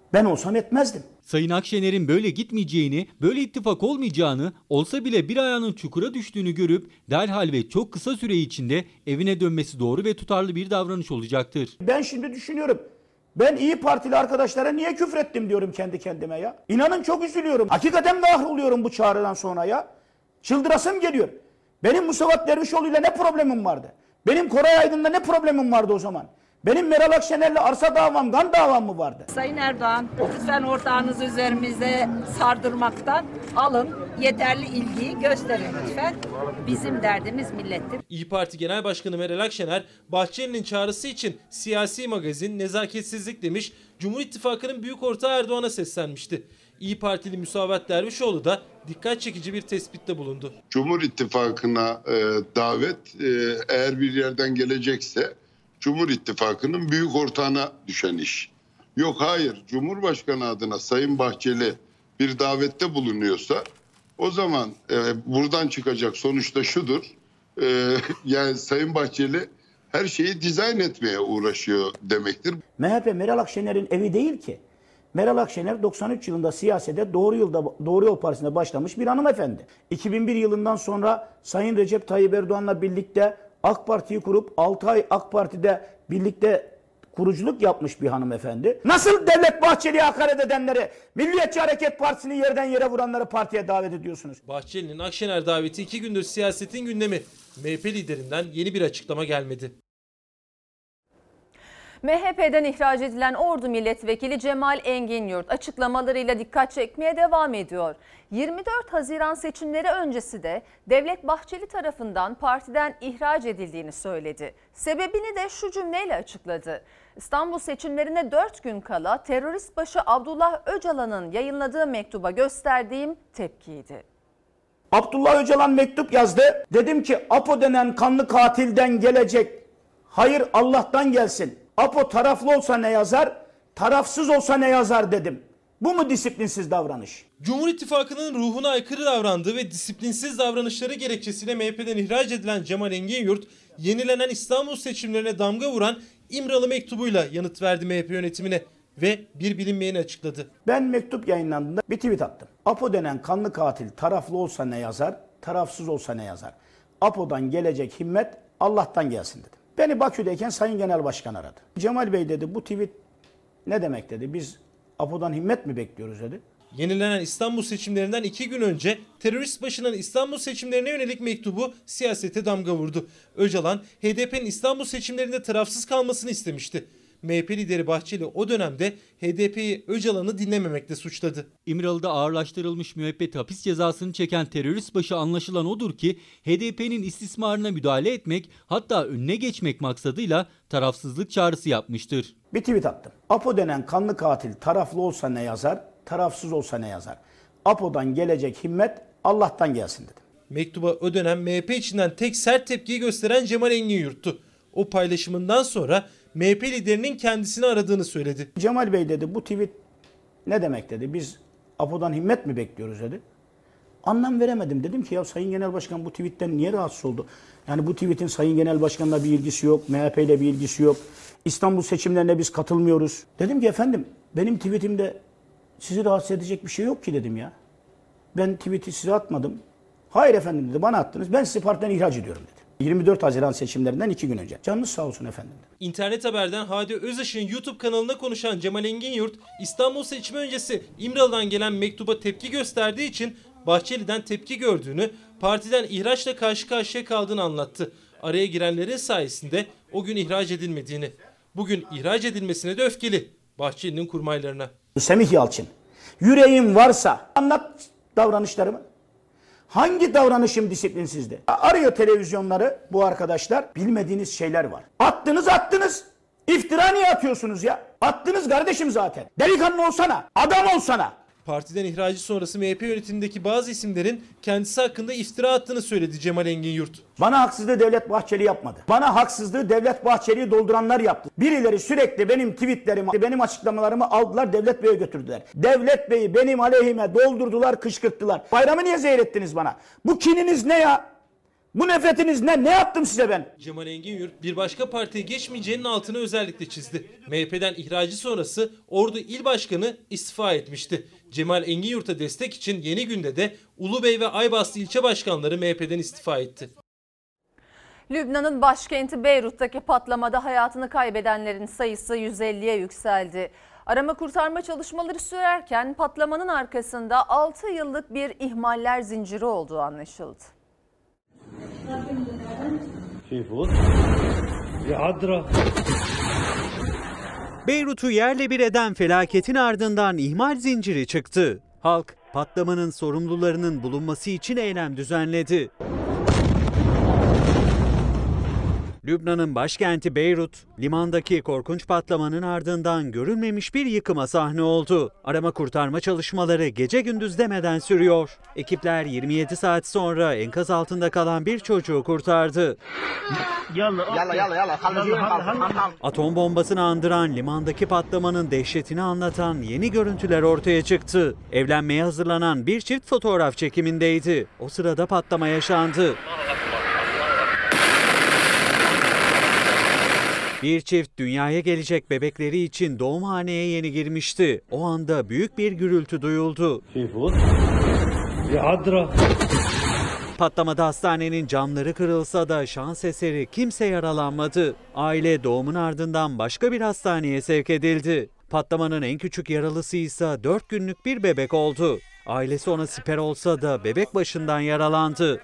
Ben olsam etmezdim. Sayın Akşener'in böyle gitmeyeceğini, böyle ittifak olmayacağını, olsa bile bir ayağının çukura düştüğünü görüp derhal ve çok kısa süre içinde evine dönmesi doğru ve tutarlı bir davranış olacaktır. Ben şimdi düşünüyorum. Ben İyi Partili arkadaşlara niye küfrettim diyorum kendi kendime ya. İnanın çok üzülüyorum. Hakikaten kahroluyorum bu çağrıdan sonra ya. Çıldırasım geliyor. Benim Musavat Dervişoğlu'yla ne problemim vardı? Benim Koray Aydın'la ne problemim vardı o zaman? Benim Meral Akşener'le arsa davam, kan davam mı vardı? Sayın Erdoğan, lütfen ortağınızı üzerimize sardırmaktan alın. Yeterli ilgiyi gösterin lütfen. Bizim derdimiz millettir. İyi Parti Genel Başkanı Meral Akşener, Bahçeli'nin çağrısı için siyasi magazin nezaketsizlik demiş, Cumhur İttifakı'nın büyük ortağı Erdoğan'a seslenmişti. İyi Partili Musavat Dervişoğlu da dikkat çekici bir tespitte bulundu. Cumhur İttifakı'na e, davet e, eğer bir yerden gelecekse Cumhur İttifakı'nın büyük ortağına düşen iş. Yok hayır, Cumhurbaşkanı adına Sayın Bahçeli bir davette bulunuyorsa o zaman e, buradan çıkacak sonuçta şudur. E, yani Sayın Bahçeli her şeyi dizayn etmeye uğraşıyor demektir. M H P Meral Akşener'in evi değil ki. Meral Akşener doksan üç yılında siyasete Doğru Yolda Doğru Yol Partisi'nde başlamış bir hanımefendi. iki bin bir yılından sonra Sayın Recep Tayyip Erdoğan'la birlikte AK Parti'yi kurup altı ay AK Parti'de birlikte kuruculuk yapmış bir hanımefendi. Nasıl Devlet Bahçeli'ye hakaret edenleri, Milliyetçi Hareket Partisi'ni yerden yere vuranları partiye davet ediyorsunuz? Bahçeli'nin Akşener daveti iki gündür siyasetin gündemi. M H P liderinden yeni bir açıklama gelmedi. M H P'den ihraç edilen Ordu Milletvekili Cemal Enginyurt açıklamalarıyla dikkat çekmeye devam ediyor. yirmi dört Haziran seçimleri öncesi de Devlet Bahçeli tarafından partiden ihraç edildiğini söyledi. Sebebini de şu cümleyle açıkladı. İstanbul seçimlerine dört gün kala terörist başı Abdullah Öcalan'ın yayınladığı mektuba gösterdiğim tepkiydi. Abdullah Öcalan mektup yazdı. Dedim ki Apo denen kanlı katilden gelecek hayır Allah'tan gelsin. Apo taraflı olsa ne yazar, tarafsız olsa ne yazar dedim. Bu mu disiplinsiz davranış? Cumhur İttifakı'nın ruhuna aykırı davrandığı ve disiplinsiz davranışları gerekçesiyle M H P'den ihraç edilen Cemal Enginyurt, yenilenen İstanbul seçimlerine damga vuran İmralı mektubuyla yanıt verdi M H P yönetimine ve bir bilinmeyeni açıkladı. Ben mektup yayınlandığında bir tweet attım. Apo denen kanlı katil taraflı olsa ne yazar, tarafsız olsa ne yazar? Apo'dan gelecek himmet Allah'tan gelsin dedim. Beni Bakü'deyken Sayın Genel Başkan aradı. Cemal Bey dedi bu tweet ne demek dedi. Biz Apo'dan himmet mi bekliyoruz dedi. Yenilenen İstanbul seçimlerinden iki gün önce terörist başının İstanbul seçimlerine yönelik mektubu siyasete damga vurdu. Öcalan H D P'nin İstanbul seçimlerinde tarafsız kalmasını istemişti. M H P lideri Bahçeli o dönemde H D P'yi Öcalan'ı dinlememekle suçladı. İmralı'da ağırlaştırılmış müebbet hapis cezasını çeken terörist başı anlaşılan odur ki H D P'nin istismarına müdahale etmek hatta önüne geçmek maksadıyla tarafsızlık çağrısı yapmıştır. Bir tweet attım. Apo denen kanlı katil taraflı olsa ne yazar, tarafsız olsa ne yazar? Apo'dan gelecek himmet Allah'tan gelsin dedim. Mektuba o dönem M H P içinden tek sert tepkiyi gösteren Cemal Enginyurt'tu. O paylaşımından sonra M H P liderinin kendisini aradığını söyledi. Cemal Bey dedi bu tweet ne demek dedi. Biz Apo'dan himmet mi bekliyoruz dedi. Anlam veremedim. Dedim ki ya Sayın Genel Başkan bu tweetten niye rahatsız oldu? Yani bu tweetin Sayın Genel Başkan'la bir ilgisi yok. M H P ile bir ilgisi yok. İstanbul seçimlerine biz katılmıyoruz. Dedim ki efendim benim tweetimde sizi rahatsız edecek bir şey yok ki dedim ya. Ben tweet'i size atmadım. Hayır efendim dedi bana attınız. Ben sizi partiden ihraç ediyorum dedi. yirmi dört Haziran seçimlerinden iki gün önce. Canınız sağ olsun efendim. İnternet Haber'den Hadi Özışık'ın YouTube kanalında konuşan Cemal Enginyurt, İstanbul seçimi öncesi İmralı'dan gelen mektuba tepki gösterdiği için Bahçeli'den tepki gördüğünü, partiden ihraçla karşı karşıya kaldığını anlattı. Araya girenlerin sayesinde o gün ihraç edilmediğini, bugün ihraç edilmesine de öfkeli Bahçeli'nin kurmaylarına. Semih Yalçın, yüreğim varsa anlat davranışlarımı. Hangi davranışım disiplinsizdi? Arıyor televizyonları bu arkadaşlar. Bilmediğiniz şeyler var. Attınız attınız. İftira niye atıyorsunuz ya? Attınız kardeşim zaten. Delikanlı olsana. Adam olsana. Partiden ihracı sonrası M H P yönetimindeki bazı isimlerin kendisi hakkında iftira attığını söyledi Cemal Enginyurt. Bana haksızlığı Devlet Bahçeli yapmadı. Bana haksızlığı Devlet Bahçeli'yi dolduranlar yaptı. Birileri sürekli benim tweetlerimi, benim açıklamalarımı aldılar Devlet Bey'e götürdüler. Devlet Bey'i benim aleyhime doldurdular, kışkırttılar. Bayramı niye zehir ettiniz bana? Bu kininiz ne ya? Bu nefretiniz ne? Ne yaptım size ben? Cemal Engin-Yurt bir başka partiye geçmeyeceğinin altını özellikle çizdi. M H P'den ihracı sonrası Ordu İl Başkanı istifa etmişti. Cemal Engin-Yurt'a destek için Yeni Gün'de de Ulubey ve Aybastı ilçe başkanları M H P'den istifa etti. Lübnan'ın başkenti Beyrut'taki patlamada hayatını kaybedenlerin sayısı yüz elliye yükseldi. Arama kurtarma çalışmaları sürerken patlamanın arkasında altı yıllık bir ihmaller zinciri olduğu anlaşıldı. Beyrut'u yerle bir eden felaketin ardından ihmal zinciri çıktı. Halk patlamanın sorumlularının bulunması için eylem düzenledi. Lübnan'ın başkenti Beyrut, limandaki korkunç patlamanın ardından görülmemiş bir yıkıma sahne oldu. Arama kurtarma çalışmaları gece gündüz demeden sürüyor. Ekipler yirmi yedi saat sonra enkaz altında kalan bir çocuğu kurtardı. Atom bombasını andıran limandaki patlamanın dehşetini anlatan yeni görüntüler ortaya çıktı. Evlenmeye hazırlanan bir çift fotoğraf çekimindeydi. O sırada patlama yaşandı. Bir çift dünyaya gelecek bebekleri için doğumhaneye yeni girmişti. O anda büyük bir gürültü duyuldu. Patlamada hastanenin camları kırılsa da şans eseri kimse yaralanmadı. Aile doğumun ardından başka bir hastaneye sevk edildi. Patlamanın en küçük yaralısı ise dört günlük bir bebek oldu. Ailesi ona siper olsa da bebek başından yaralandı.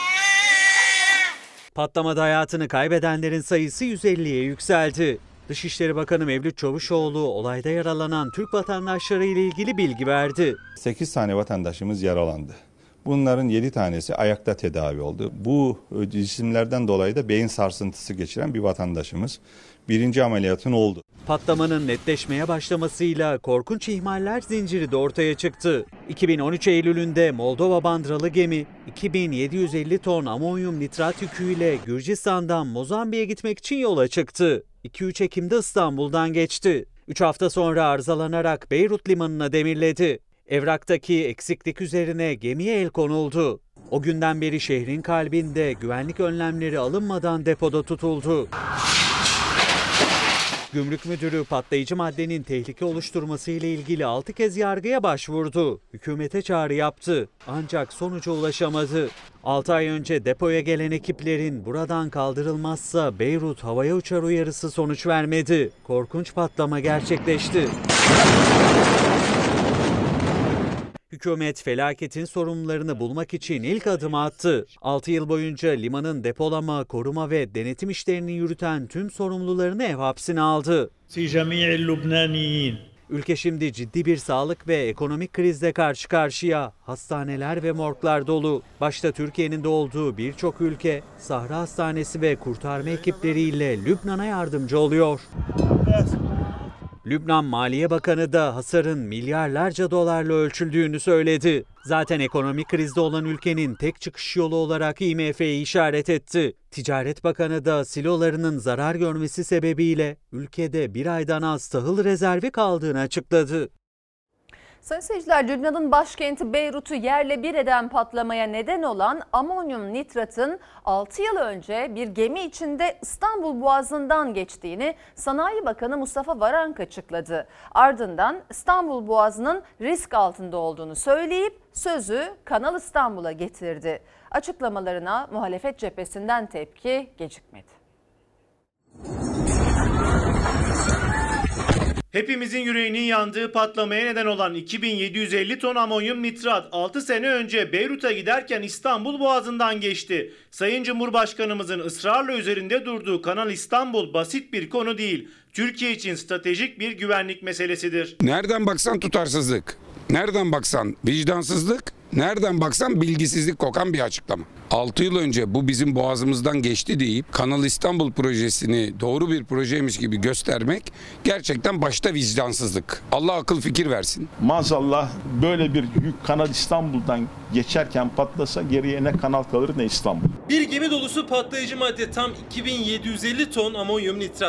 Patlamada hayatını kaybedenlerin sayısı yüz elliye yükseldi. Dışişleri Bakanı Mevlüt Çavuşoğlu olayda yaralanan Türk vatandaşları ile ilgili bilgi verdi. sekiz tane vatandaşımız yaralandı. Bunların yedi tanesi ayakta tedavi oldu. Bu cisimlerden dolayı da beyin sarsıntısı geçiren bir vatandaşımız birinci ameliyatın oldu. Patlamanın netleşmeye başlamasıyla korkunç ihmaller zinciri de ortaya çıktı. iki bin on üç Eylül'ünde Moldova bandıralı gemi iki bin yedi yüz elli ton amonyum nitrat yüküyle Gürcistan'dan Mozambik'e gitmek için yola çıktı. iki üç Ekim'de İstanbul'dan geçti. üç hafta sonra arızalanarak Beyrut limanına demirledi. Evraktaki eksiklik üzerine gemiye el konuldu. O günden beri şehrin kalbinde güvenlik önlemleri alınmadan depoda tutuldu. Gümrük müdürü patlayıcı maddenin tehlike oluşturması ile ilgili altı kez yargıya başvurdu. Hükümete çağrı yaptı ancak sonuca ulaşamadı. altı ay önce depoya gelen ekiplerin buradan kaldırılmazsa Beyrut havaya uçar uyarısı sonuç vermedi. Korkunç patlama gerçekleşti. Hükümet felaketin sorumlularını bulmak için ilk adımı attı. altı yıl boyunca limanın depolama, koruma ve denetim işlerini yürüten tüm sorumlularını ev hapsine aldı. Ülke şimdi ciddi bir sağlık ve ekonomik krizle karşı karşıya. Hastaneler ve morglar dolu. Başta Türkiye'nin de olduğu birçok ülke Sahra Hastanesi ve kurtarma ekipleriyle Lübnan'a yardımcı oluyor. Lübnan Maliye Bakanı da hasarın milyarlarca dolarla ölçüldüğünü söyledi. Zaten ekonomik krizde olan ülkenin tek çıkış yolu olarak I M F'yi işaret etti. Ticaret Bakanı da silolarının zarar görmesi sebebiyle ülkede bir aydan az tahıl rezervi kaldığını açıkladı. Sayın seyirciler, Lübnan'ın başkenti Beyrut'u yerle bir eden patlamaya neden olan amonyum nitratın altı yıl önce bir gemi içinde İstanbul Boğazı'ndan geçtiğini Sanayi Bakanı Mustafa Varank açıkladı. Ardından İstanbul Boğazı'nın risk altında olduğunu söyleyip sözü Kanal İstanbul'a getirdi. Açıklamalarına muhalefet cephesinden tepki gecikmedi. Hepimizin yüreğinin yandığı patlamaya neden olan iki bin yedi yüz elli ton amonyum nitrat altı sene önce Beyrut'a giderken İstanbul Boğazı'ndan geçti. Sayın Cumhurbaşkanımızın ısrarla üzerinde durduğu Kanal İstanbul basit bir konu değil. Türkiye için stratejik bir güvenlik meselesidir. Nereden baksan tutarsızlık, nereden baksan vicdansızlık, nereden baksan bilgisizlik kokan bir açıklama. altı yıl önce bu bizim boğazımızdan geçti deyip Kanal İstanbul projesini doğru bir projeymiş gibi göstermek gerçekten başta vicdansızlık. Allah akıl fikir versin. Maazallah böyle bir yük Kanal İstanbul'dan geçerken patlasa geriye ne kanal kalır ne İstanbul. Bir gemi dolusu patlayıcı madde, tam iki bin yedi yüz elli ton amonyum nitrat.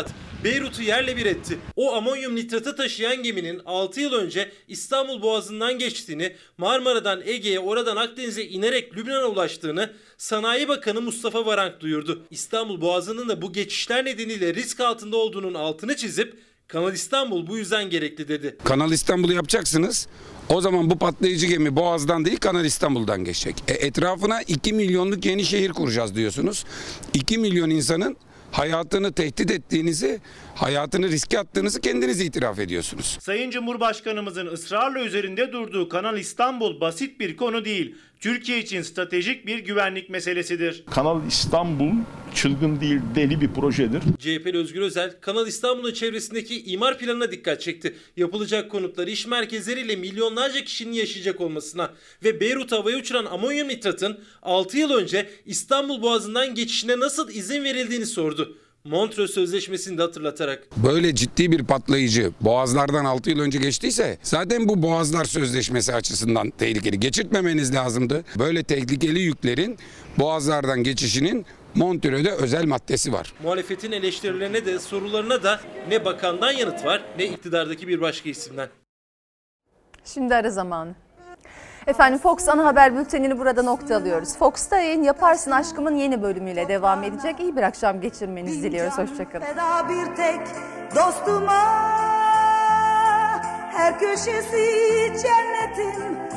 Beyrut'u yerle bir etti. O amonyum nitratı taşıyan geminin altı yıl önce İstanbul Boğazı'ndan geçtiğini, Marmara'dan Ege'ye, oradan Akdeniz'e inerek Lübnan'a ulaştığını Sanayi Bakanı Mustafa Varank duyurdu. İstanbul Boğazı'nın da bu geçişler nedeniyle risk altında olduğunun altını çizip Kanal İstanbul bu yüzden gerekli dedi. Kanal İstanbul'u yapacaksınız. O zaman bu patlayıcı gemi Boğaz'dan değil Kanal İstanbul'dan geçecek. E, etrafına iki milyonluk yeni şehir kuracağız diyorsunuz. iki milyon insanın hayatını tehdit ettiğinizi, hayatını riske attığınızı kendiniz itiraf ediyorsunuz. Sayın Cumhurbaşkanımızın ısrarla üzerinde durduğu Kanal İstanbul basit bir konu değil. Türkiye için stratejik bir güvenlik meselesidir. Kanal İstanbul çılgın değil, deli bir projedir. C H P'li Özgür Özel, Kanal İstanbul'un çevresindeki imar planına dikkat çekti. Yapılacak konutlar, iş merkezleriyle milyonlarca kişinin yaşayacak olmasına ve Beyrut havaya uçuran amonyum nitratın altı yıl önce İstanbul Boğazı'ndan geçişine nasıl izin verildiğini sordu. Montreux Sözleşmesi'ni de hatırlatarak. Böyle ciddi bir patlayıcı Boğazlardan altı yıl önce geçtiyse zaten bu Boğazlar Sözleşmesi açısından tehlikeli. Geçirtmemeniz lazımdı. Böyle tehlikeli yüklerin Boğazlardan geçişinin Montreux'de özel maddesi var. Muhalefetin eleştirilerine de sorularına da ne bakandan yanıt var ne iktidardaki bir başka isimden. Şimdi ara zamanı. Efendim Fox Ana Haber Bülteni'ni burada nokta alıyoruz. Fox'ta yayın Yaparsın Aşkım'ın yeni bölümüyle devam edecek. İyi bir akşam geçirmenizi diliyoruz. Hoşçakalın. Feda bir tek dostuma, her köşesi cennetin